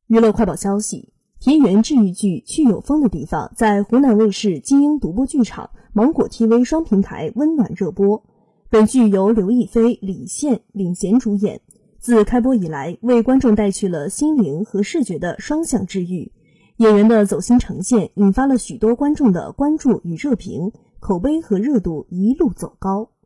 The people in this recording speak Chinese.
娱乐快报消息，田园治愈剧《去有风的地方》在湖南卫视金鹰独播剧场、芒果 TV 双平台温暖热播。本剧由刘亦菲、李现领衔主演，自开播以来，为观众带去了心灵和视觉的双向治愈。演员的走心呈现，引发了许多观众的关注与热评，口碑和热度一路走高。